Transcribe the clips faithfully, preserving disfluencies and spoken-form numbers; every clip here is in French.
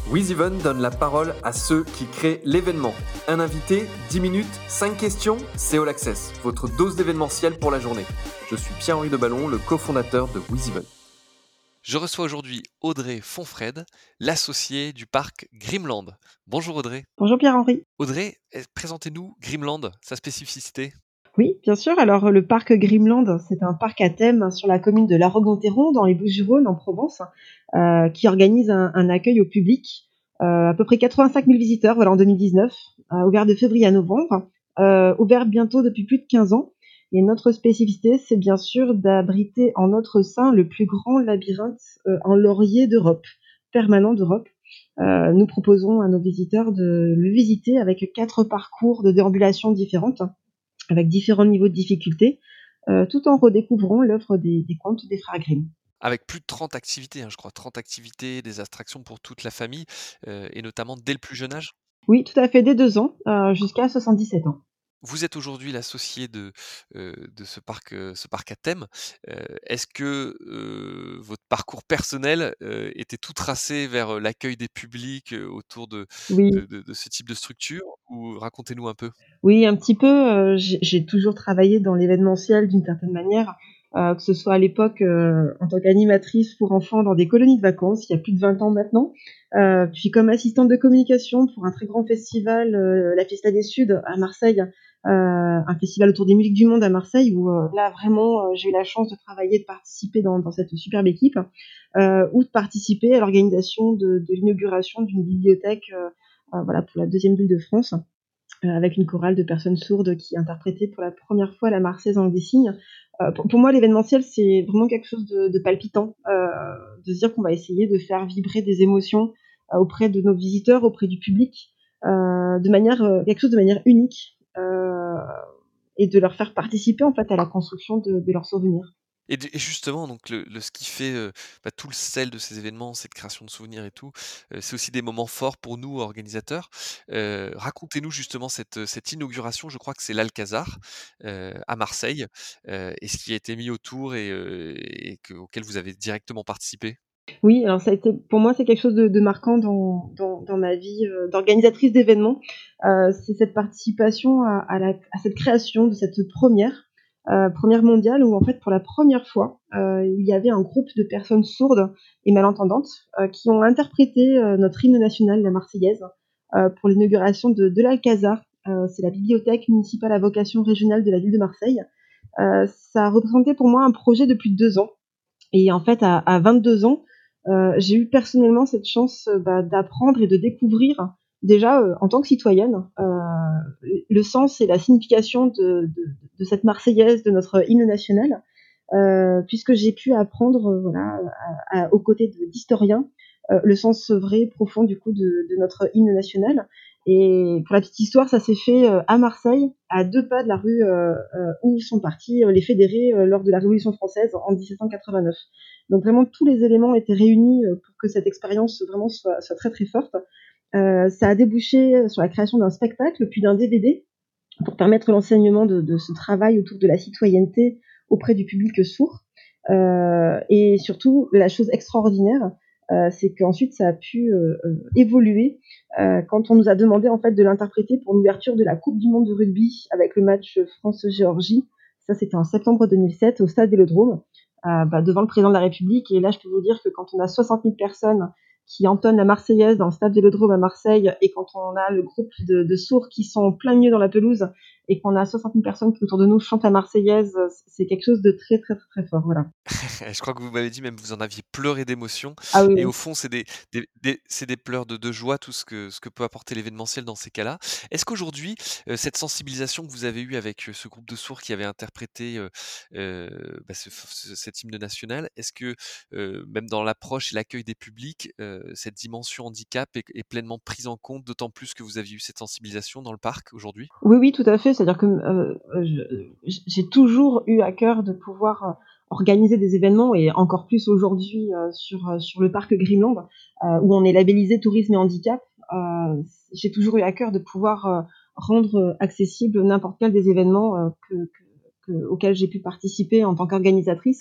WizEven donne la parole à ceux qui créent l'événement. Un invité, dix minutes, cinq questions, c'est All Access, votre dose d'événementiel pour la journée. Je suis Pierre-Henri Deballon, le cofondateur de WizEven. Je reçois aujourd'hui Audrey Fonfred, l'associée du parc Grimland. Bonjour Audrey. Bonjour Pierre-Henri. Audrey, eh, présentez-nous Grimland, sa spécificité. Oui, bien sûr. Alors, le parc Grimland, c'est un parc à thème sur la commune de La Roque-Montéron, dans les Bouches-du-Rhône, en Provence, euh, qui organise un, un accueil au public. Euh, à peu près quatre-vingt-cinq mille visiteurs, voilà, en deux mille dix-neuf, euh, ouvert de février à novembre, euh, ouvert bientôt depuis plus de quinze ans. Et notre spécificité, c'est bien sûr d'abriter en notre sein le plus grand labyrinthe euh, en laurier d'Europe, permanent d'Europe. Euh, nous proposons à nos visiteurs de le visiter avec quatre parcours de déambulation différentes, avec différents niveaux de difficulté, euh, tout en redécouvrant l'œuvre des, des contes des frères Grimm. Avec plus de trente activités, hein, je crois, trente activités, des attractions pour toute la famille, euh, et notamment dès le plus jeune âge. Oui, tout à fait, dès deux ans euh, jusqu'à soixante-dix-sept ans. Vous êtes aujourd'hui l'associé de, heu, de ce parc, heu, ce parc à thème. Heu, est-ce que, heu, votre parcours personnel, heu, était tout tracé vers, heu, l'accueil des publics, heu, autour de Oui, de de de ce type de structure? Ou racontez-nous un peu. oui, un petit peu. Euh, j'ai, j'ai toujours travaillé dans l'événementiel d'une certaine manière, euh, que ce soit à l'époque euh, en tant qu'animatrice pour enfants dans des colonies de vacances, il y a plus de vingt ans maintenant, euh, puis comme assistante de communication pour un très grand festival, euh, la Fiesta des Suds à Marseille, euh, un festival autour des musiques du monde à Marseille, où euh, là vraiment euh, j'ai eu la chance de travailler, de participer dans, dans cette superbe équipe, euh, ou de participer à l'organisation de, de l'inauguration d'une bibliothèque, euh, euh, voilà, pour la deuxième ville de France, euh, avec une chorale de personnes sourdes qui interprétaient pour la première fois la Marseillaise en langue des signes. Euh, pour, pour moi, l'événementiel, c'est vraiment quelque chose de, de palpitant, euh, de se dire qu'on va essayer de faire vibrer des émotions euh, auprès de nos visiteurs, auprès du public, euh, de manière, euh, quelque chose de manière unique, euh, et de leur faire participer en fait à la construction de, de leurs souvenirs. Et d et justement, donc le le ce qui fait, heu, bah, tout le sel de ces événements, cette création de souvenirs et tout, heu, c'est aussi des moments forts pour nous, organisateurs. Heu, racontez-nous justement cette, heu, cette inauguration, je crois que c'est l'Alcazar, heu, à Marseille, heu, et ce qui a été mis autour et heu, et que auquel vous avez directement participé? Oui, alors ça a été, pour moi, c'est quelque chose de, de marquant dans, dans, dans ma vie euh, d'organisatrice d'événements. Euh, c'est cette participation à, à, la, à cette création de cette première, euh, première mondiale où en fait pour la première fois, euh, il y avait un groupe de personnes sourdes et malentendantes euh, qui ont interprété euh, notre hymne national, la Marseillaise, euh, pour l'inauguration de, de l'Alcazar. Euh, c'est la bibliothèque municipale à vocation régionale de la ville de Marseille. Euh, ça a représenté pour moi un projet depuis deux ans. Et en fait, à, à vingt-deux ans, euh, j'ai eu personnellement cette chance euh, bah, d'apprendre et de découvrir déjà euh, en tant que citoyenne euh, le sens et la signification de, de, de cette Marseillaise, de notre hymne national, euh, puisque j'ai pu apprendre euh, voilà, à, à, aux côtés de- d'historiens euh, le sens vrai, profond du coup de, de notre hymne national. Et pour la petite histoire, ça s'est fait euh, à Marseille, à deux pas de la rue euh, euh, où sont partis euh, les fédérés euh, lors de la Révolution française en dix-sept cent quatre-vingt-neuf. Donc vraiment tous les éléments étaient réunis euh, pour que cette expérience vraiment soit, soit très très forte. Euh, ça a débouché sur la création d'un spectacle puis d'un D V D pour permettre l'enseignement de, de ce travail autour de la citoyenneté auprès du public sourd. Euh, et surtout, la chose extraordinaire, euh, c'est qu'ensuite ça a pu euh, euh, évoluer euh, quand on nous a demandé en fait de l'interpréter pour l'ouverture de la Coupe du Monde de rugby avec le match France-Géorgie. Ça, c'était en septembre deux mille sept au stade Vélodrome, euh, bah, devant le président de la République. Et là, je peux vous dire que quand on a soixante mille personnes qui entonnent la Marseillaise dans le stade Vélodrome à Marseille, et quand on a le groupe de, de sourds qui sont en plein milieu dans la pelouse, et qu'on a soixante mille personnes qui autour de nous chantent la Marseillaise, c'est quelque chose de très très très très fort. Voilà. Je crois que vous m'avez dit même vous en aviez pleuré d'émotion Ah oui, et oui. au fond c'est des des des c'est des pleurs de de joie, tout ce que ce que peut apporter l'événementiel dans ces cas-là. Est-ce qu'aujourd'hui, heu, cette sensibilisation que vous avez eue avec, heu, ce groupe de sourds qui avait interprété, heu heu, bah, ce f ce cet hymne national, est-ce que, heu, même dans l'approche et l'accueil des publics, heu, cette dimension handicap est est pleinement prise en compte, d'autant plus que vous aviez eu cette sensibilisation dans le parc aujourd'hui? Oui, oui, tout à fait. C'est-à-dire que euh, je- j'ai toujours eu à cœur de pouvoir euh, organiser des événements, et encore plus aujourd'hui euh, sur, euh, sur le parc Greenland, euh, où on est labellisé tourisme et handicap. Euh, j'ai toujours eu à cœur de pouvoir euh, rendre euh, accessible n'importe quel des événements euh, que, que- que- auxquels j'ai pu participer en tant qu'organisatrice.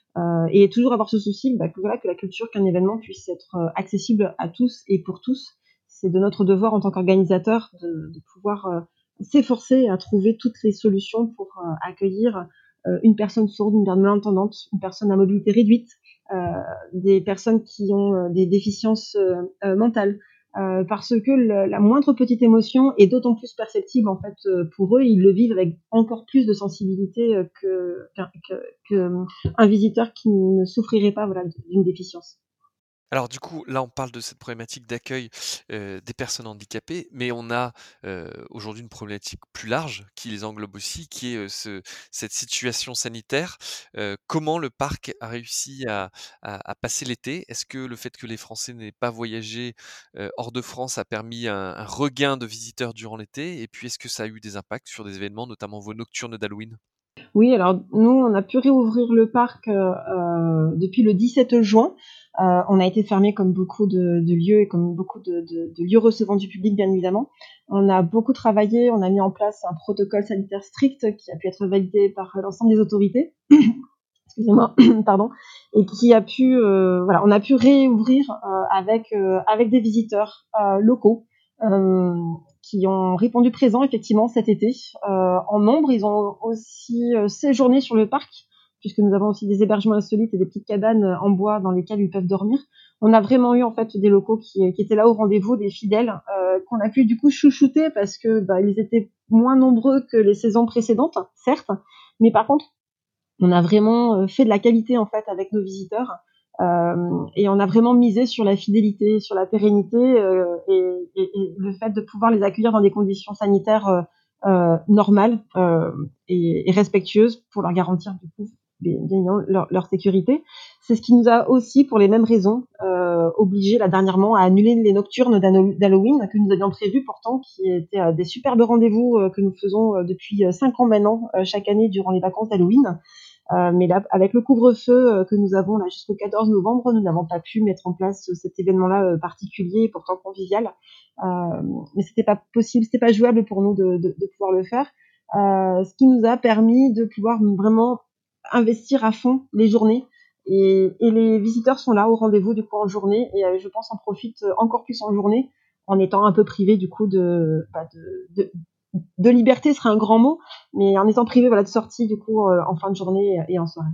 euh, et toujours avoir ce souci bah, que, voilà, que la culture, qu'un événement puisse être euh, accessible à tous et pour tous. C'est de notre devoir en tant qu'organisateur de, de pouvoir euh, s'efforcer à trouver toutes les solutions pour euh, accueillir euh, une personne sourde, une personne malentendante, une personne à mobilité réduite, euh, des personnes qui ont euh, des déficiences euh, euh, mentales. Euh, parce que le, la moindre petite émotion est d'autant plus perceptible en fait euh, pour eux, ils le vivent avec encore plus de sensibilité euh, que, qu'un, que, que euh, un visiteur qui ne souffrirait pas voilà, d'une déficience. Alors du coup, là, on parle de cette problématique d'accueil, heu, des personnes handicapées, mais on a, heu, aujourd'hui une problématique plus large qui les englobe aussi, qui est, heu, ce cette situation sanitaire. Heu, comment le parc a réussi à à à passer l'été? Est-ce que le fait que les Français n'aient pas voyagé, heu, hors de France a permis un un regain de visiteurs durant l'été? Et puis est-ce que ça a eu des impacts sur des événements, notamment vos nocturnes d'Halloween? Oui, alors nous, on a pu réouvrir le parc euh, euh, depuis le dix-sept juin. Euh, on a été fermé comme beaucoup de, de lieux et comme beaucoup de, de- de lieux recevant du public, bien évidemment. On a beaucoup travaillé, on a mis en place un protocole sanitaire strict qui a pu être validé par l'ensemble des autorités. Excusez-moi, pardon, et qui a pu, euh, voilà, on a pu réouvrir euh, avec euh, avec des visiteurs euh, locaux euh, qui ont répondu présent effectivement cet été euh, en nombre. Ils ont aussi euh, séjourné sur le parc puisque nous avons aussi des hébergements insolites et des petites cabanes euh, en bois dans lesquelles ils peuvent dormir. On a vraiment eu en fait des locaux qui, qui étaient là au rendez-vous, des fidèles euh, qu'on a pu du coup chouchouter parce que bah, ils étaient moins nombreux que les saisons précédentes, certes, mais par contre on a vraiment euh, fait de la qualité en fait avec nos visiteurs euh, et on a vraiment misé sur la fidélité, sur la pérennité euh, et, et, et le fait de pouvoir les accueillir dans des conditions sanitaires euh, euh, normales euh, et, et respectueuses pour leur garantir du coup bien, bien leur, leur sécurité. C'est ce qui nous a aussi, pour les mêmes raisons, euh, obligés là dernièrement à annuler les nocturnes d'Halloween que nous avions prévues pourtant, qui étaient euh, des superbes rendez-vous euh, que nous faisons euh, depuis euh, cinq ans maintenant, euh, chaque année durant les vacances d'Halloween. Euh, mais là, avec le couvre-feu euh, que nous avons là jusqu'au quatorze novembre, nous n'avons pas pu mettre en place euh, cet événement-là euh, particulier et pourtant convivial. Euh, mais c'était pas possible, c'était pas jouable pour nous de, de, de pouvoir le faire. Euh, ce qui nous a permis de pouvoir vraiment investir à fond les journées. Et, et les visiteurs sont là au rendez-vous du coup en journée et euh, je pense en profitent encore plus en journée en étant un peu privés du coup de, bah, de, de, de liberté serait un grand mot, mais en étant privé voilà, de sortie du coup euh, en fin de journée et en soirée.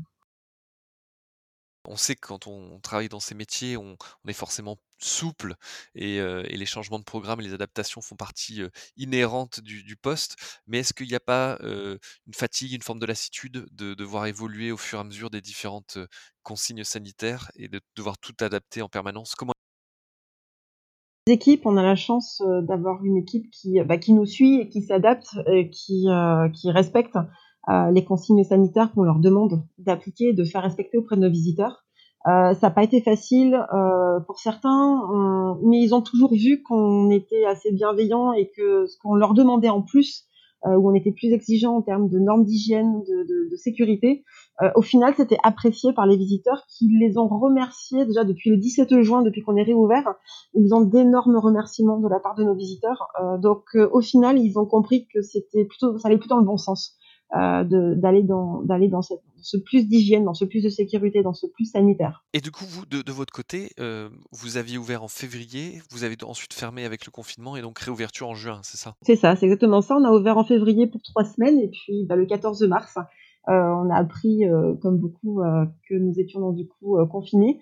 On sait que quand on travaille dans ces métiers, on on est forcément souple et heu et les changements de programme et les adaptations font partie, heu, inhérente du du poste. Mais est-ce qu'il n'y a pas, heu, une fatigue, une forme de lassitude de devoir évoluer au fur et à mesure des différentes, heu, consignes sanitaires et de devoir tout adapter en permanence? Comment Équipes, on a la chance euh, d'avoir une équipe qui, bah, qui nous suit et qui s'adapte et qui, euh, qui respecte euh, les consignes sanitaires qu'on leur demande d'appliquer et de faire respecter auprès de nos visiteurs. Euh, ça n'a pas été facile euh, pour certains, on- mais ils ont toujours vu qu'on était assez bienveillants et que ce qu'on leur demandait en plus, euh, où on était plus exigeant en termes de normes d'hygiène, de, de, de sécurité, euh, au final, c'était apprécié par les visiteurs qui les ont remerciés déjà depuis le dix-sept juin, depuis qu'on est réouvert. Ils ont d'énormes remerciements de la part de nos visiteurs. Euh, donc, euh, au final, ils ont compris que c'était plutôt, ça allait plutôt dans le bon sens euh, de, d'aller dans, d'aller dans, cette, dans ce plus d'hygiène, dans ce plus de sécurité, dans ce plus sanitaire. et du coup, vous, de de votre côté, heu, vous aviez ouvert en février, vous avez ensuite fermé avec le confinement et donc réouverture en juin, c'est ça? C'est ça, c'est exactement ça. On a ouvert en février pour trois semaines et puis bah, le quatorze mars, euh, on a appris, euh, comme beaucoup, euh, que nous étions donc du coup euh, confinés.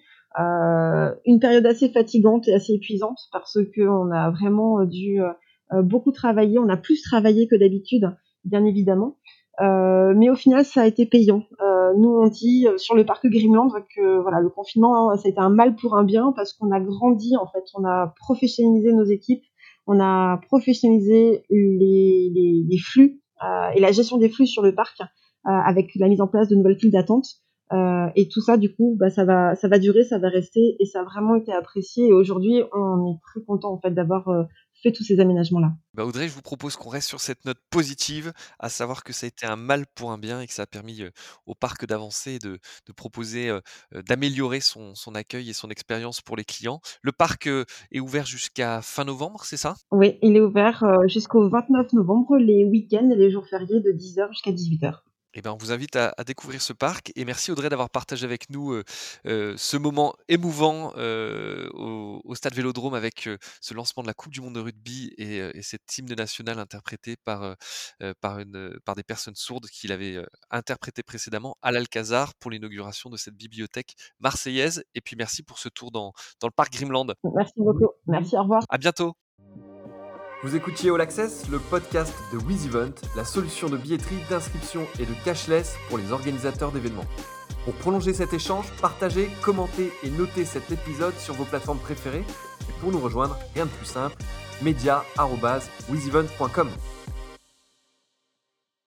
Euh, une période assez fatigante et assez épuisante parce qu'on a vraiment euh, dû euh, beaucoup travailler. On a plus travaillé que d'habitude, bien évidemment. Euh, mais au final, ça a été payant. Euh, nous, on dit euh, sur le parc Grimland que voilà, le confinement, hein, ça a été un mal pour un bien parce qu'on a grandi, en fait, on a professionnalisé nos équipes, on a professionnalisé les, les, les flux euh, et la gestion des flux sur le parc euh, avec la mise en place de nouvelles files d'attente. Euh, et tout ça, du coup, bah, ça va, ça va durer, ça va rester, et ça a vraiment été apprécié. Et aujourd'hui, on est très content en fait d'avoir euh, fait tous ces aménagements-là. Bah, Audrey, je vous propose qu'on reste sur cette note positive, à savoir que ça a été un mal pour un bien et que ça a permis, heu, au parc d'avancer et de de proposer, heu heu, d'améliorer son son accueil et son expérience pour les clients. Le parc, heu, est ouvert jusqu'à fin novembre, c'est ça? Oui, il est ouvert euh, jusqu'au vingt-neuf novembre, les week-ends et les jours fériés de dix heures jusqu'à dix-huit heures. Eh ben, on vous invite à, à découvrir ce parc et merci Audrey d'avoir partagé avec nous euh, euh, ce moment émouvant euh, au, au Stade Vélodrome avec euh, ce lancement de la Coupe du Monde de rugby et, euh, et cet hymne national interprété par, euh, euh, par, une, euh, par des personnes sourdes qu'il avait euh, interprété précédemment à l'Alcazar pour l'inauguration de cette bibliothèque marseillaise. Et puis merci pour ce tour dans, dans le parc Grimland. Merci beaucoup. Merci, au revoir. À bientôt. Vous écoutiez All Access, le podcast de WizEvent, la solution de billetterie, d'inscription et de cashless pour les organisateurs d'événements. Pour prolonger cet échange, partagez, commentez et notez cet épisode sur vos plateformes préférées. Et pour nous rejoindre, rien de plus simple, media arobase wizevent point com.